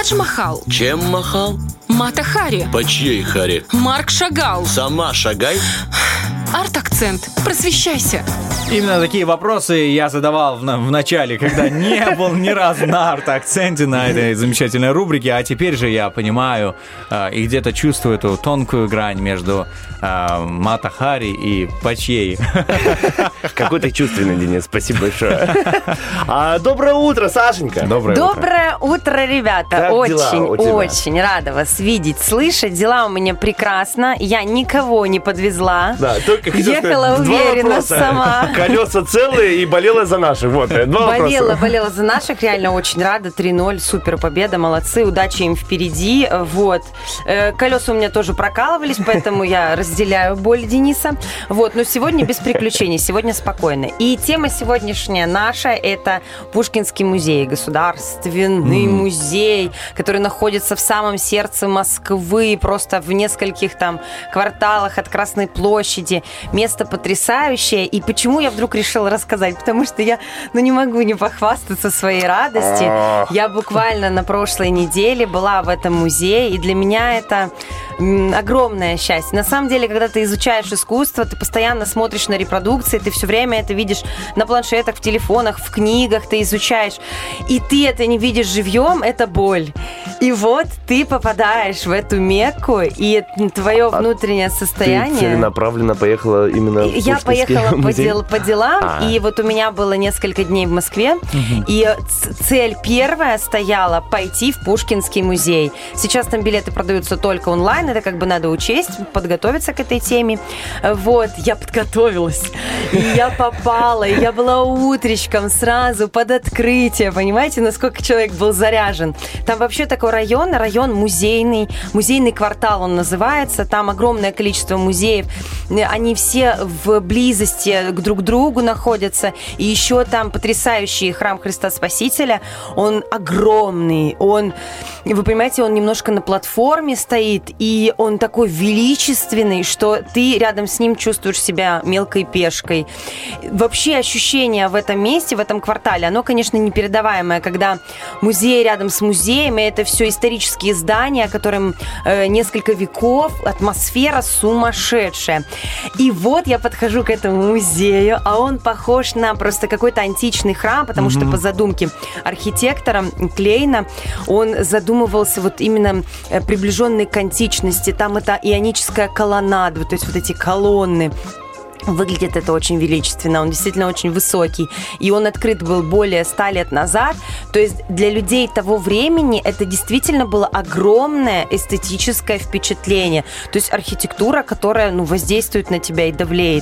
Тадж-Махал. Чем махал? Мата Хари. По чьей Хари? Марк Шагал. Сама шагай. Арт-акцент. Просвещайся. Именно такие вопросы я задавал в начале, когда не был ни разу на арт-акценте, на этой замечательной рубрике, а теперь же я понимаю и где-то чувствую эту тонкую грань между Мата Хари и Пачьей. Какой ты чувственный, Денис, спасибо большое. Доброе утро, Сашенька. Доброе утро, ребята. Как Очень рада вас видеть, слышать. Дела у меня прекрасно. Я никого не подвезла. Да, только ехала уверенно сама. Колеса целые и болела за наших. Вот, два вопроса. Болела за наших. Реально очень рада. 3-0. Супер победа. Молодцы. Удачи им впереди. Вот. Колеса у меня тоже прокалывались, поэтому я разделяю боль Дениса. Вот. Но сегодня без приключений. Сегодня спокойно. И тема сегодняшняя наша — это Пушкинский музей. Государственный музей, который находится в самом сердце Москвы, просто в нескольких там кварталах от Красной площади. Место потрясающее. И почему я вдруг решила рассказать? Потому что я не могу не похвастаться своей радости. Я буквально на прошлой неделе была в этом музее, и для меня это огромное счастье. На самом деле, когда ты изучаешь искусство, ты постоянно смотришь на репродукции, ты все время это видишь на планшетах, в телефонах, в книгах, ты изучаешь, и ты это не видишь живьем, это боль. И вот ты попадаешь в эту Мекку, и твое внутреннее состояние... Ты целенаправленно поехала именно в Я поехала музей? по делам, и вот у меня было несколько дней в Москве, и цель первая стояла — пойти в Пушкинский музей. Сейчас там билеты продаются только онлайн, это как бы надо учесть, подготовиться к этой теме. Вот, я подготовилась, и я попала, и я была утречком сразу под открытие, понимаете, насколько человек был заряжен. Там вообще такой район музейный квартал он называется, там огромное количество музеев, они все в близости друг к другу находятся, и еще там потрясающий храм Христа Спасителя, он огромный, вы понимаете, он немножко на платформе стоит, и он такой величественный, что ты рядом с ним чувствуешь себя мелкой пешкой. Вообще ощущение в этом месте, в этом квартале, оно, конечно, непередаваемое, когда музей рядом с музеем, и это все исторические здания, которым несколько веков, атмосфера сумасшедшая. И вот я подхожу к этому музею, а он похож на просто какой-то античный храм, потому что по задумке архитектора Клейна он задумывался вот именно приближенный к античности. Там это ионическая колоннада, то есть вот эти колонны. Выглядит это очень величественно, он действительно очень высокий, и он открыт был более 100 лет назад, то есть для людей того времени это действительно было огромное эстетическое впечатление, то есть архитектура, которая воздействует на тебя и давлеет.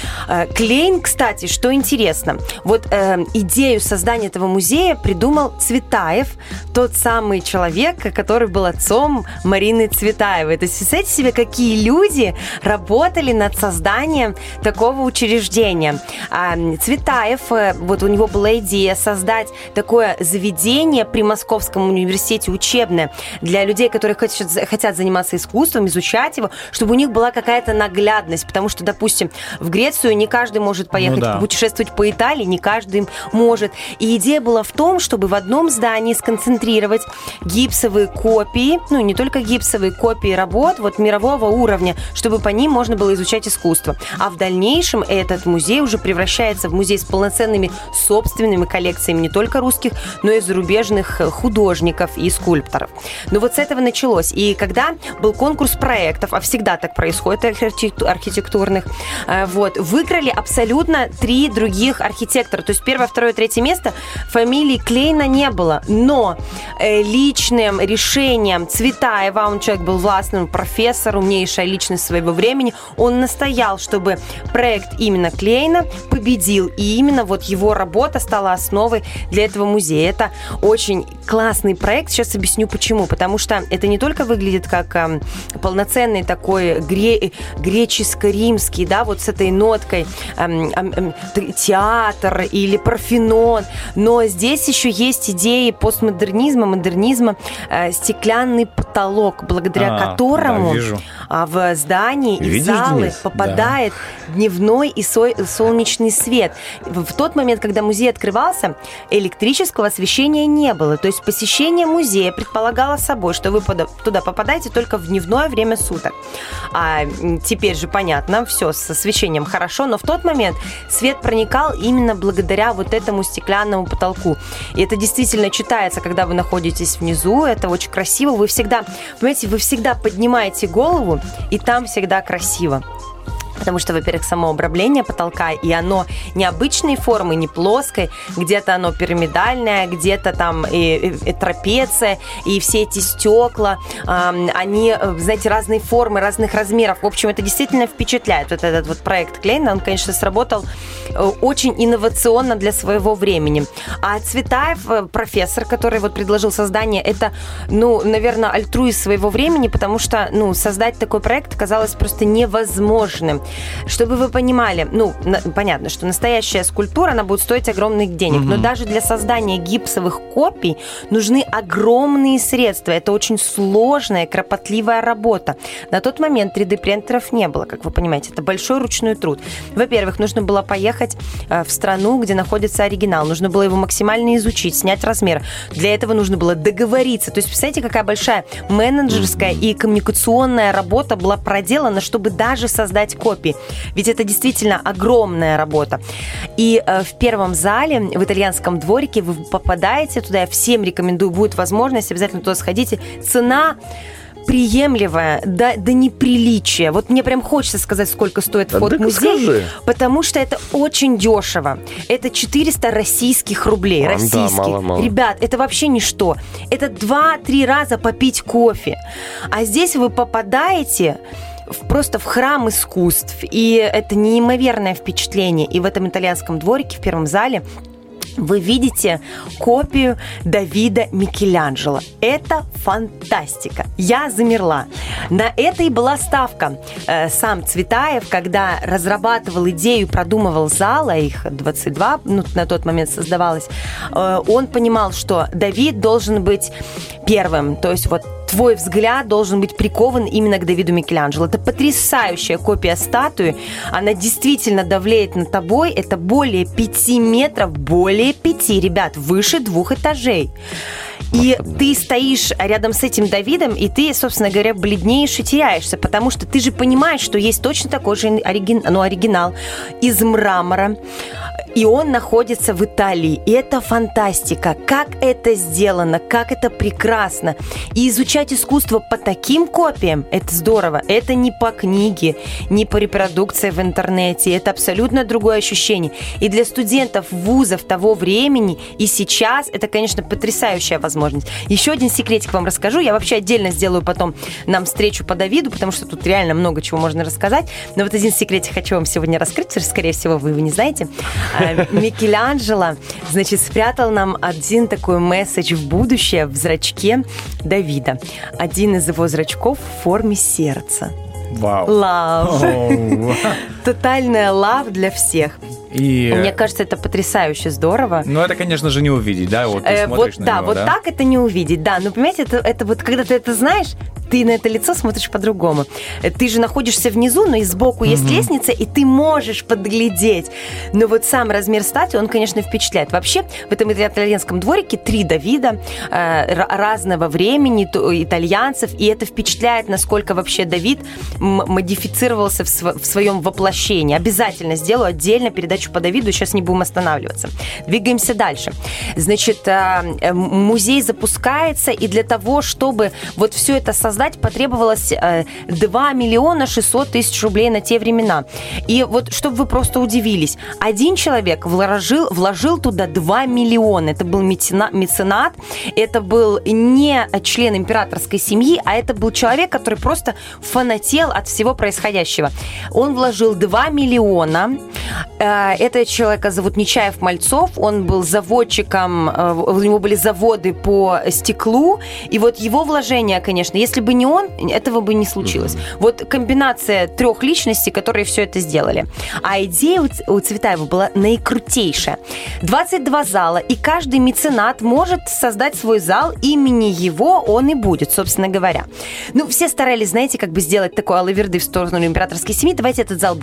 Клейн, кстати, что интересно, вот идею создания этого музея придумал Цветаев, тот самый человек, который был отцом Марины Цветаевой. То есть представьте себе, какие люди работали над созданием такого учреждения. Цветаев, вот у него была идея создать такое заведение при Московском университете учебное для людей, которые хотят заниматься искусством, изучать его, чтобы у них была какая-то наглядность, потому что, допустим, в Грецию не каждый может поехать путешествовать по Италии, не каждый может. И идея была в том, чтобы в одном здании сконцентрировать гипсовые копии, не только гипсовые копии работ мирового уровня, чтобы по ним можно было изучать искусство. А в дальнейшем этот музей уже превращается в музей с полноценными собственными коллекциями не только русских, но и зарубежных художников и скульпторов. Но вот с этого началось. И когда был конкурс проектов, а всегда так происходит, архитектурных, выиграли абсолютно 3 других архитектора. То есть 1, 2, 3 место фамилии Клейна не было. Но личным решением Цветаева, он человек был властным, профессор, умнейшая личность своего времени, он настоял, чтобы проект именно Клейна победил, и именно его работа стала основой для этого музея. Это очень классный проект, сейчас объясню почему. Потому что это не только выглядит как полноценный такой греческо-римский, с этой ноткой театр или Парфенон, но здесь еще есть идеи постмодернизма, модернизма, стеклянный потолок, благодаря которому в здание и в залы попадает дневной и солнечный свет. В тот момент, когда музей открывался, электрического освещения не было. То есть посещение музея предполагало собой, что вы туда попадаете только в дневное время суток. А теперь же понятно, все с освещением хорошо, но в тот момент свет проникал именно благодаря вот этому стеклянному потолку. И это действительно читается, когда вы находитесь внизу, это очень красиво. Вы всегда, понимаете, вы всегда поднимаете голову, и там всегда красиво. Потому что, во-первых, само обрамление потолка, и оно не обычной формы, не плоской, где-то оно пирамидальное, где-то там и трапеция, и все эти стекла, они, знаете, разные формы, разных размеров. В общем, это действительно впечатляет. Вот этот вот проект Клейна, он, конечно, сработал очень инновационно для своего времени. А Цветаев, профессор, который вот предложил создание, это, наверное, альтруист своего времени, потому что, создать такой проект казалось просто невозможным. Чтобы вы понимали, понятно, что настоящая скульптура, она будет стоить огромных денег, но даже для создания гипсовых копий нужны огромные средства. Это очень сложная, кропотливая работа. На тот момент 3D-принтеров не было, как вы понимаете. Это большой ручной труд. Во-первых, нужно было поехать в страну, где находится оригинал. Нужно было его максимально изучить, снять размер. Для этого нужно было договориться. То есть, представляете, какая большая менеджерская и коммуникационная работа была проделана, чтобы даже создать копии. Ведь это действительно огромная работа. И в первом зале, в итальянском дворике, вы попадаете туда, я всем рекомендую, будет возможность, обязательно туда сходите. Цена приемлемая до неприличия. Вот мне прям хочется сказать, сколько стоит вход в музей, потому что это очень дешево. Это 400 российских рублей. Российских. Да, мало. Ребят, это вообще ничто. Это 2-3 раза попить кофе. А здесь вы попадаете просто в храм искусств. И это неимоверное впечатление. И в этом итальянском дворике, в первом зале, вы видите копию Давида Микеланджело. Это фантастика. Я замерла. На это и была ставка. Сам Цветаев, когда разрабатывал идею, продумывал зал, а их 22 на тот момент создавалось, он понимал, что Давид должен быть первым. То есть вот твой взгляд должен быть прикован именно к Давиду Микеланджело. Это потрясающая копия статуи. Она действительно давлеет над тобой. Это более 5 метров, более 5, ребят, выше 2 этажей. И ты стоишь рядом с этим Давидом, и ты, собственно говоря, бледнеешь и теряешься, потому что ты же понимаешь, что есть точно такой же оригинал из мрамора, и он находится в Италии. И это фантастика. Как это сделано, как это прекрасно. И изучать искусство по таким копиям, это здорово. Это не по книге, не по репродукции в интернете. Это абсолютно другое ощущение. И для студентов вузов того времени и сейчас это, конечно, потрясающая возможность. Еще один секретик вам расскажу. Я вообще отдельно сделаю потом нам встречу по Давиду, потому что тут реально много чего можно рассказать. Но вот один секретик хочу вам сегодня раскрыть, потому что, скорее всего, вы его не знаете. Микеланджело, значит, спрятал нам один такой месседж в будущее в зрачке Давида. Один из его зрачков в форме сердца. Вау. Love. Тотальная love для всех. И... Мне кажется, это потрясающе здорово. Ну, это, конечно же, не увидеть, да? Вот ты смотришь на него, вот так это не увидеть, да. Но, понимаете, это вот, когда ты это знаешь, ты на это лицо смотришь по-другому. Ты же находишься внизу, но и сбоку есть лестница, и ты можешь подглядеть. Но вот сам размер статуи, он, конечно, впечатляет. Вообще, в этом итальянском дворике 3 Давида разного времени, итальянцев, и это впечатляет, насколько вообще Давид модифицировался в своем воплощении. Обязательно сделаю отдельно передачу по Давиду, сейчас не будем останавливаться. Двигаемся дальше. Значит, музей запускается, и для того, чтобы вот все это создать, потребовалось 2 миллиона 600 тысяч рублей на те времена. И вот, чтобы вы просто удивились, один человек вложил туда 2 миллиона. Это был меценат, это был не член императорской семьи, а это был человек, который просто фанател от всего происходящего. Он вложил 2 миллиона. Этого человека зовут Нечаев Мальцов, он был заводчиком, у него были заводы по стеклу, и вот его вложения, конечно, если бы не он, этого бы не случилось. Вот комбинация 3 личностей, которые все это сделали. А идея у Цветаева была наикрутейшая. 22 зала, и каждый меценат может создать свой зал, имени его он и будет, собственно говоря. Ну, все старались, знаете, как бы сделать такой алаверды в сторону императорской семьи. Давайте этот зал будет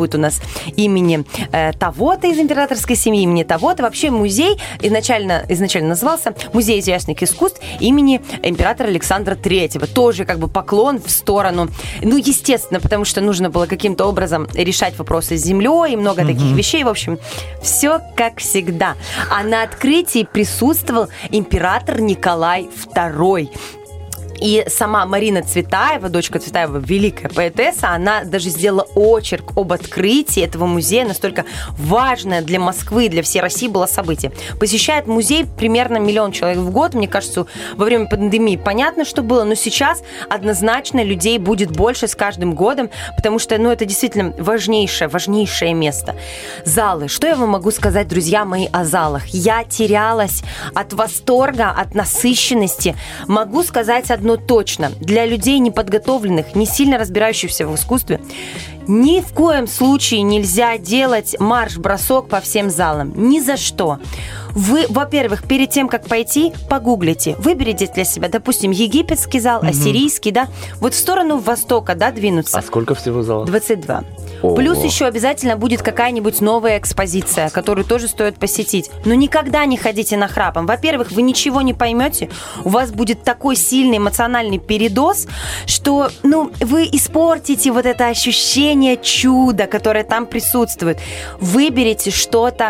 будет у нас имени того-то из императорской семьи, имени того-то. Вообще музей изначально назывался Музей изящных искусств имени императора Александра III. Тоже как бы поклон в сторону. Ну, естественно, потому что нужно было каким-то образом решать вопросы с землей и много таких вещей. В общем, все как всегда. А на открытии присутствовал император Николай II. И сама Марина Цветаева, дочка Цветаева, великая поэтесса, она даже сделала очерк об открытии этого музея, настолько важное для Москвы, для всей России было событие. Посещает музей примерно 1 миллион человек в год. Мне кажется, во время пандемии понятно, что было, но сейчас однозначно людей будет больше с каждым годом, потому что, это действительно важнейшее место. Залы. Что я вам могу сказать, друзья мои, о залах? Я терялась от восторга, от насыщенности. Могу сказать одно точно. Для людей неподготовленных, не сильно разбирающихся в искусстве, ни в коем случае нельзя делать марш-бросок по всем залам. Ни за что. Вы, во-первых, перед тем, как пойти, погуглите. Выберите для себя, допустим, египетский зал, ассирийский, да, вот в сторону востока, да, двинуться. А сколько всего залов? 22. Ого. Плюс еще обязательно будет какая-нибудь новая экспозиция, которую тоже стоит посетить. Но никогда не ходите нахрапом. Во-первых, вы ничего не поймете, у вас будет такой сильный эмоциональный передоз, что, вы испортите вот это ощущение чуда, которое там присутствует. Выберите что-то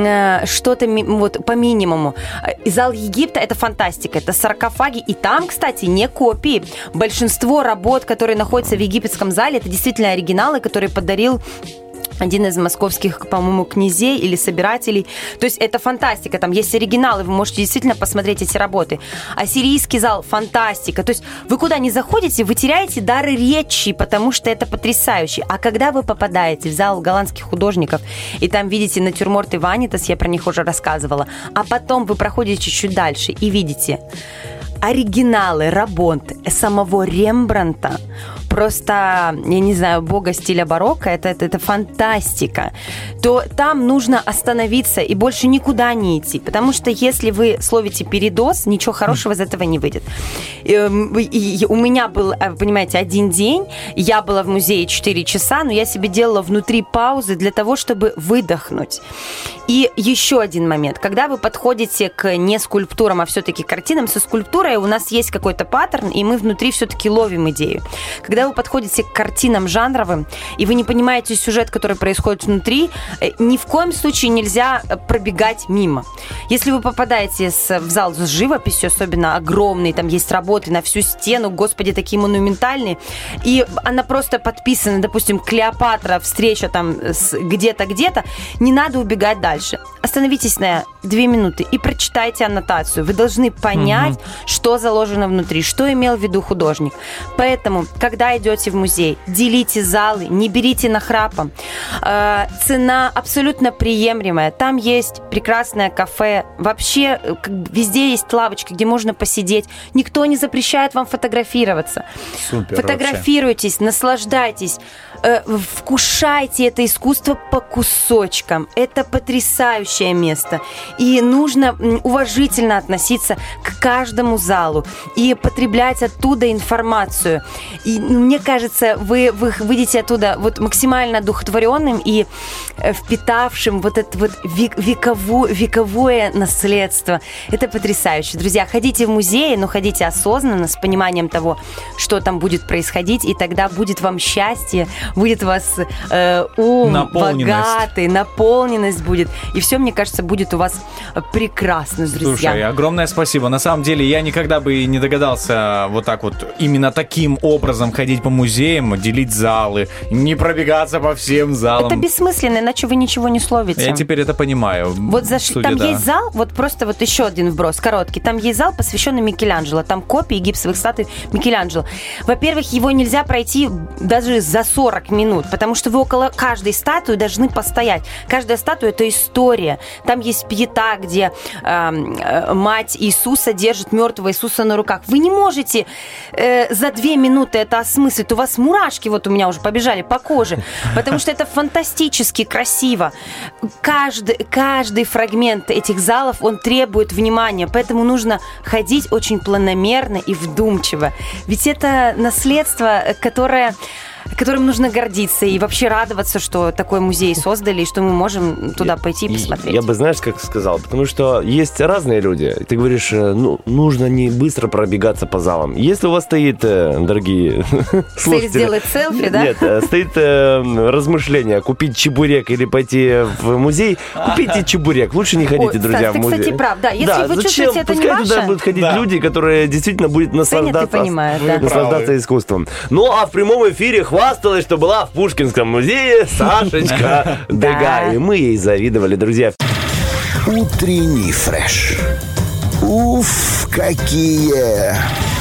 вот по минимуму. Зал Египта – это фантастика, это саркофаги, и там, кстати, не копии. Большинство работ, которые находятся в египетском зале, это действительно оригиналы, которые подарил один из московских, по-моему, князей или собирателей. То есть это фантастика. Там есть оригиналы, вы можете действительно посмотреть эти работы. Ассирийский зал – фантастика. То есть вы куда ни заходите, вы теряете дар речи, потому что это потрясающе. А когда вы попадаете в зал голландских художников, и там видите натюрморты Ванитас, я про них уже рассказывала, а потом вы проходите чуть-чуть дальше и видите оригиналы работ самого Рембрандта, просто, я не знаю, бога стиля барокко, это фантастика, то там нужно остановиться и больше никуда не идти, потому что если вы словите передоз, ничего хорошего из этого не выйдет. И у меня был, понимаете, один день, я была в музее 4 часа, но я себе делала внутри паузы для того, чтобы выдохнуть. И еще один момент. Когда вы подходите к не скульптурам, а все-таки картинам, со скульптурой у нас есть какой-то паттерн, и мы внутри все-таки ловим идею. Когда вы подходите к картинам жанровым, и вы не понимаете сюжет, который происходит внутри, ни в коем случае нельзя пробегать мимо. Если вы попадаете в зал с живописью, особенно огромный, там есть работы на всю стену, господи, такие монументальные, и она просто подписана, допустим, Клеопатра, встреча там где-то, не надо убегать дальше. Остановитесь на 2 минуты и прочитайте аннотацию. Вы должны понять, что заложено внутри, что имел в виду художник. Поэтому, когда идете в музей, делите залы, не берите нахрапом. Цена абсолютно приемлемая. Там есть прекрасное кафе. Вообще, везде есть лавочка, где можно посидеть. Никто не запрещает вам фотографироваться. Супер, фотографируйтесь, вообще. Наслаждайтесь, вкушайте это искусство по кусочкам. Это потрясающее место. И нужно уважительно относиться к каждому залу и потреблять оттуда информацию. И мне кажется, вы выйдете оттуда вот максимально одухотворенным и впитавшим вот это вот вековое наследство. Это потрясающе. Друзья, ходите в музеи, но ходите осознанно, с пониманием того, что там будет происходить, и тогда будет вам счастье, будет у вас ум богатый, наполненность будет. И все, мне кажется, будет у вас прекрасно, друзья. Слушай, огромное спасибо. На самом деле, я никогда бы не догадался вот так вот именно таким образом ходить по музеям, делить залы, не пробегаться по всем залам. Это бессмысленно, иначе вы ничего не словите. Я теперь это понимаю. Вот там есть зал, вот просто вот еще один вброс, короткий. Там есть зал, посвященный Микеланджело. Там копии гипсовых статуй Микеланджело. Во-первых, его нельзя пройти даже за 40 минут, потому что вы около каждой статуи должны постоять. Каждая статуя – это история. Там есть пиета, где мать Иисуса держит мертвого Иисуса на руках. Вы не можете за 2 минуты это осмыслить. У вас мурашки вот у меня уже побежали по коже, потому что это фантастически красиво. Каждый фрагмент этих залов, он требует внимания, поэтому нужно ходить очень планомерно и вдумчиво. Ведь это наследство, которое которым нужно гордиться и вообще радоваться, что такой музей создали, и что мы можем туда пойти и посмотреть. Я бы, знаешь, как сказал, потому что есть разные люди. Ты говоришь, нужно не быстро пробегаться по залам. Если у вас стоит, дорогие Цель сделать селфи, да? Нет, стоит размышление, купить чебурек или пойти в музей, купите чебурек. Лучше не ходите, друзья, в ты, музей. кстати, прав. Да, если вы чувствуете, это не Пускай туда ваше, будут ходить люди, которые действительно будут наслаждаться искусством. Ну, а в прямом эфире хвасталась, что была в Пушкинском музее Сашечка Дега. И мы ей завидовали, друзья. Утренний фреш. Уф, какие